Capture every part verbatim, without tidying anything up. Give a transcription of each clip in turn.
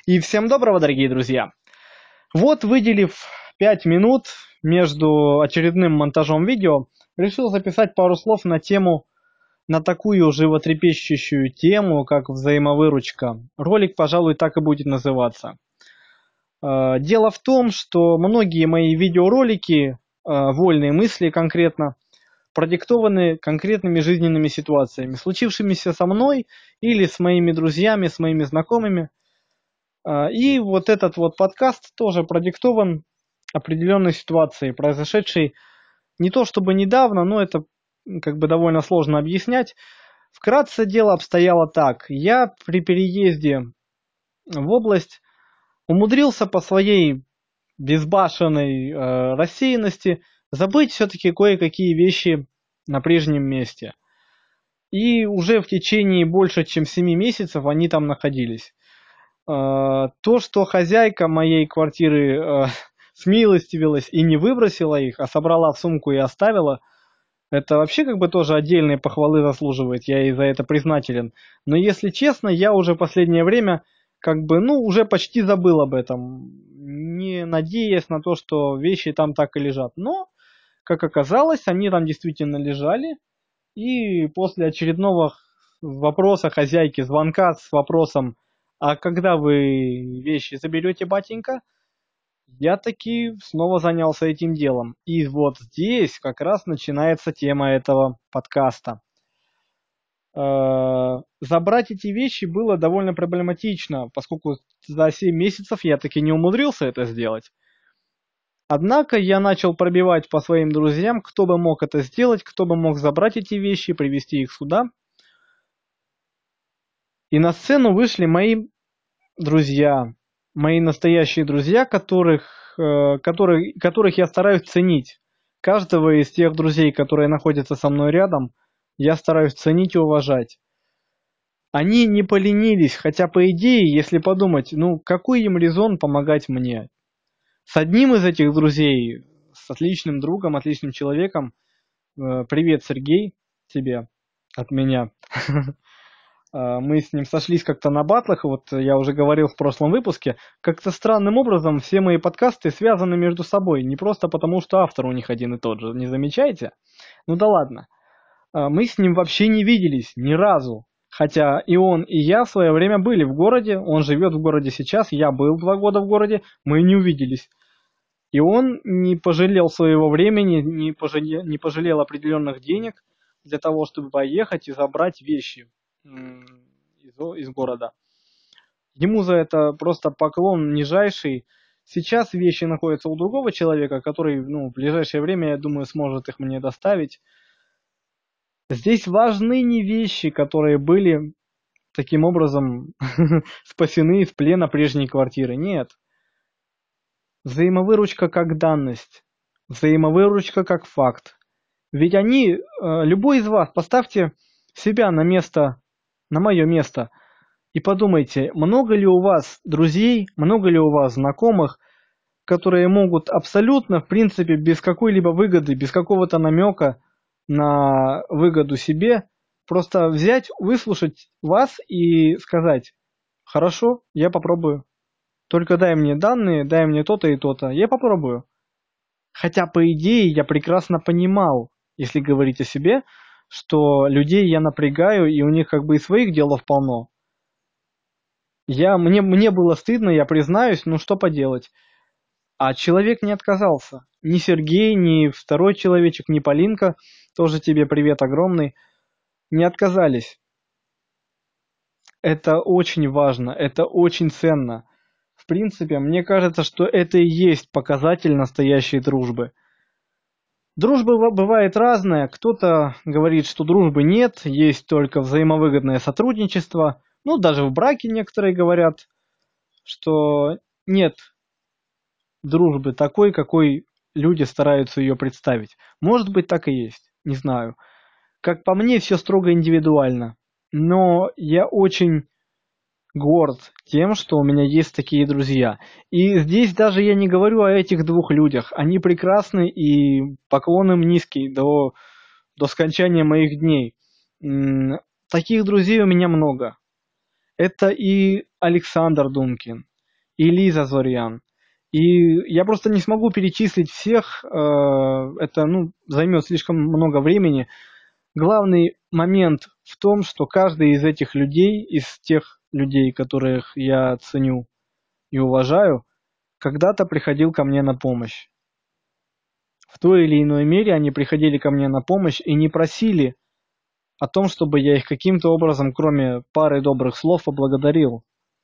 И всем доброго, дорогие друзья! Вот, выделив пять минут между очередным монтажом видео, решил записать пару слов на тему, на такую животрепещущую тему, как взаимовыручка. Ролик, пожалуй, так и будет называться. Дело в том, что многие мои видеоролики, вольные мысли конкретно, продиктованы конкретными жизненными ситуациями, случившимися со мной или с моими друзьями, с моими знакомыми. И вот этот вот подкаст тоже продиктован определенной ситуацией, произошедшей не то чтобы недавно, но это как бы довольно сложно объяснять. Вкратце дело обстояло так. Я при переезде в область умудрился по своей безбашенной э, рассеянности забыть все-таки кое-какие вещи на прежнем месте. И уже в течение больше чем семи месяцев они там находились. То, что хозяйка моей квартиры э, смилостивилась и не выбросила их, а собрала в сумку и оставила, это вообще как бы тоже отдельной похвалы заслуживает, я ей за это признателен. Но если честно, я уже последнее время как бы, ну, уже почти забыл об этом, не надеясь на то, что вещи там так и лежат. Но, как оказалось, они там действительно лежали, и после очередного вопроса хозяйки, звонка с вопросом: а когда вы вещи заберете, батенька? Я таки снова занялся этим делом. И вот здесь как раз начинается тема этого подкаста. Забрать эти вещи было довольно проблематично, поскольку за семь месяцев я таки не умудрился это сделать. Однако я начал пробивать по своим друзьям, кто бы мог это сделать, кто бы мог забрать эти вещи, привезти их сюда. И на сцену вышли мои друзья, мои настоящие друзья, которых, э, которых, которых я стараюсь ценить. Каждого из тех друзей, которые находятся со мной рядом, я стараюсь ценить и уважать. Они не поленились, хотя по идее, если подумать, ну какой им резон помогать мне? С одним из этих друзей, с отличным другом, отличным человеком, э, привет, Сергей, тебе от меня. Мы с ним сошлись как-то на батлах, вот я уже говорил в прошлом выпуске, как-то странным образом все мои подкасты связаны между собой, не просто потому, что автор у них один и тот же, не замечаете? Ну да ладно. Мы с ним вообще не виделись ни разу, хотя и он, и я в свое время были в городе, он живет в городе сейчас, я был два года в городе, мы не увиделись. И он не пожалел своего времени, не пожалел, не пожалел определенных денег для того, чтобы поехать и забрать вещи Из, из города. Ему за это просто поклон нижайший. Сейчас вещи находятся у другого человека, который, ну, в ближайшее время, я думаю, сможет их мне доставить. Здесь важны не вещи, которые были таким образом спасены из плена прежней квартиры. Нет. Взаимовыручка как данность. Взаимовыручка как факт. Ведь они, любой из вас, поставьте себя на место, на мое место, и подумайте, много ли у вас друзей, много ли у вас знакомых, которые могут абсолютно, в принципе, без какой-либо выгоды, без какого-то намека на выгоду себе, просто взять, выслушать вас и сказать: хорошо, я попробую. Только дай мне данные, дай мне то-то и то-то, я попробую. Хотя, по идее, я прекрасно понимал, если говорить о себе, что людей я напрягаю, и у них как бы и своих делов полно. Я, мне, мне было стыдно, я признаюсь, ну что поделать. А человек не отказался. Ни Сергей, ни второй человечек, ни Полинка, тоже тебе привет огромный, не отказались. Это очень важно, это очень ценно. В принципе, мне кажется, что это и есть показатель настоящей дружбы. Дружба бывает разная. Кто-то говорит, что дружбы нет, есть только взаимовыгодное сотрудничество. Ну, даже в браке некоторые говорят, что нет дружбы такой, какой люди стараются ее представить. Может быть, так и есть, не знаю. Как по мне, все строго индивидуально. Но я очень горд тем, что у меня есть такие друзья. И здесь даже я не говорю о этих двух людях. Они прекрасны, и поклон им низкий до, до скончания моих дней. Таких друзей у меня много. Это и Александр Думкин, и Лиза Зорьян. И я просто не смогу перечислить всех, это ну, займет слишком много времени. Главный момент в том, что каждый из этих людей, из тех людей, которых я ценю и уважаю, когда-то приходил ко мне на помощь. В той или иной мере они приходили ко мне на помощь и не просили о том, чтобы я их каким-то образом, кроме пары добрых слов, поблагодарил.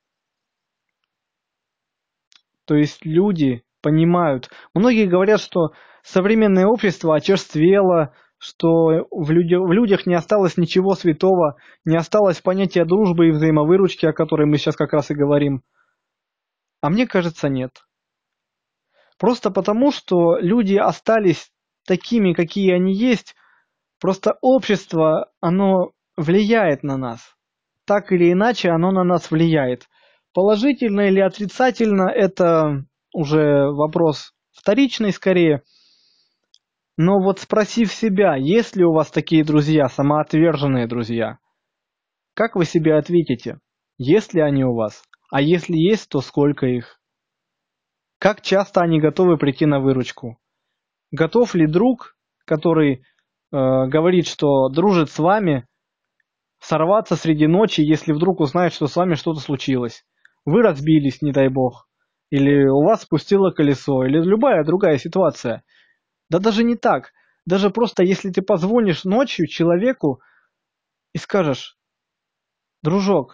То есть люди понимают. Многие говорят, что современное общество очерствело, что в, люди, в людях не осталось ничего святого, не осталось понятия дружбы и взаимовыручки, о которой мы сейчас как раз и говорим. А мне кажется, нет. Просто потому, что люди остались такими, какие они есть. Просто общество, оно влияет на нас. Так или иначе, оно на нас влияет. Положительно или отрицательно, это уже вопрос вторичный скорее. Но вот спросив себя, есть ли у вас такие друзья, самоотверженные друзья, как вы себе ответите, есть ли они у вас? А если есть, то сколько их? Как часто они готовы прийти на выручку? Готов ли друг, который э, говорит, что дружит с вами, сорваться среди ночи, если вдруг узнает, что с вами что-то случилось? Вы разбились, не дай бог, или у вас спустило колесо, или любая другая ситуация. Да даже не так. Даже просто если ты позвонишь ночью человеку и скажешь: дружок,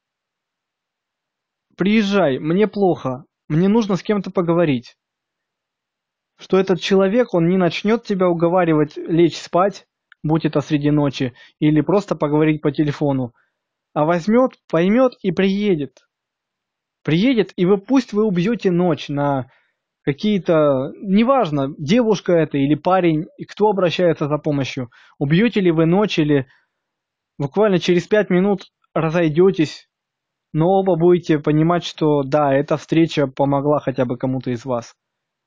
приезжай, мне плохо, мне нужно с кем-то поговорить. Что этот человек, он не начнет тебя уговаривать лечь спать, будь это среди ночи, или просто поговорить по телефону, а возьмет, поймет и приедет. Приедет, и вы пусть вы убьете ночь на какие-то, неважно, девушка это или парень, и кто обращается за помощью, убьете ли вы ночь или буквально через пять минут разойдетесь, но оба будете понимать, что да, эта встреча помогла хотя бы кому-то из вас.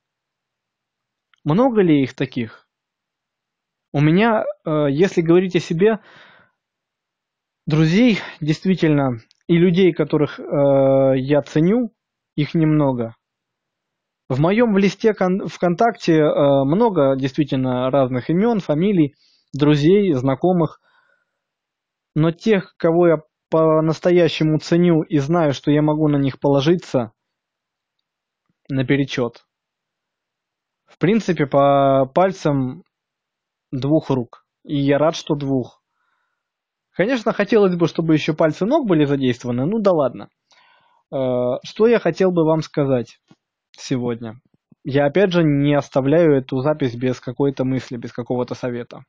Много ли их таких? У меня, если говорить о себе, друзей действительно и людей, которых я ценю, их немного. В моем в листе ВКонтакте много действительно разных имен, фамилий, друзей, знакомых. Но тех, кого я по-настоящему ценю и знаю, что я могу на них положиться, наперечет. В принципе, по пальцам двух рук. И я рад, что двух. Конечно, хотелось бы, чтобы еще пальцы ног были задействованы, ну да ладно. Что я хотел бы вам сказать сегодня? Я опять же не оставляю эту запись без какой-то мысли, без какого-то совета.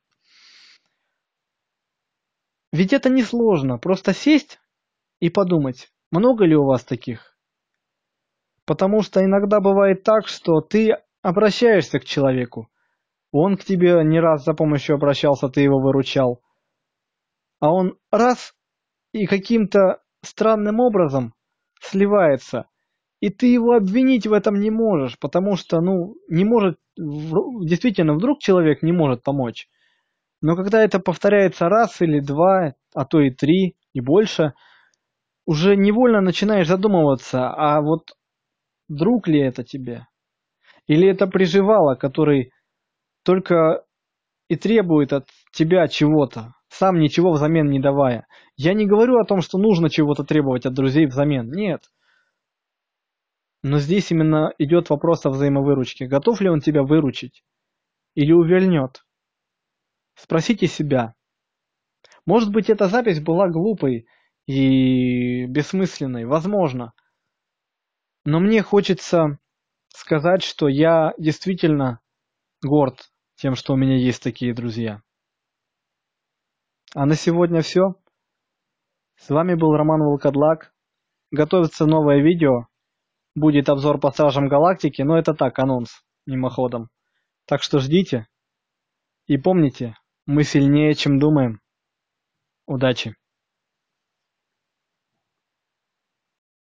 Ведь это не сложно, просто сесть и подумать, много ли у вас таких? Потому что иногда бывает так, что ты обращаешься к человеку, он к тебе не раз за помощью обращался, ты его выручал, а он раз и каким-то странным образом сливается, и ты его обвинить в этом не можешь, потому что, ну, не может, действительно, вдруг человек не может помочь. Но когда это повторяется раз или два, а то и три, и больше, уже невольно начинаешь задумываться, а вот друг ли это тебе? Или это приживало, который только и требует от тебя чего-то, сам ничего взамен не давая. Я не говорю о том, что нужно чего-то требовать от друзей взамен, нет. Но здесь именно идет вопрос о взаимовыручке. Готов ли он тебя выручить? Или увильнет? Спросите себя. Может быть, эта запись была глупой и бессмысленной, возможно. Но мне хочется сказать, что я действительно горд тем, что у меня есть такие друзья. А на сегодня все. С вами был Роман Волкодлак. Готовится новое видео. Будет обзор по Стражам Галактики, но это так, анонс, мимоходом. Так что ждите. И помните, мы сильнее, чем думаем. Удачи!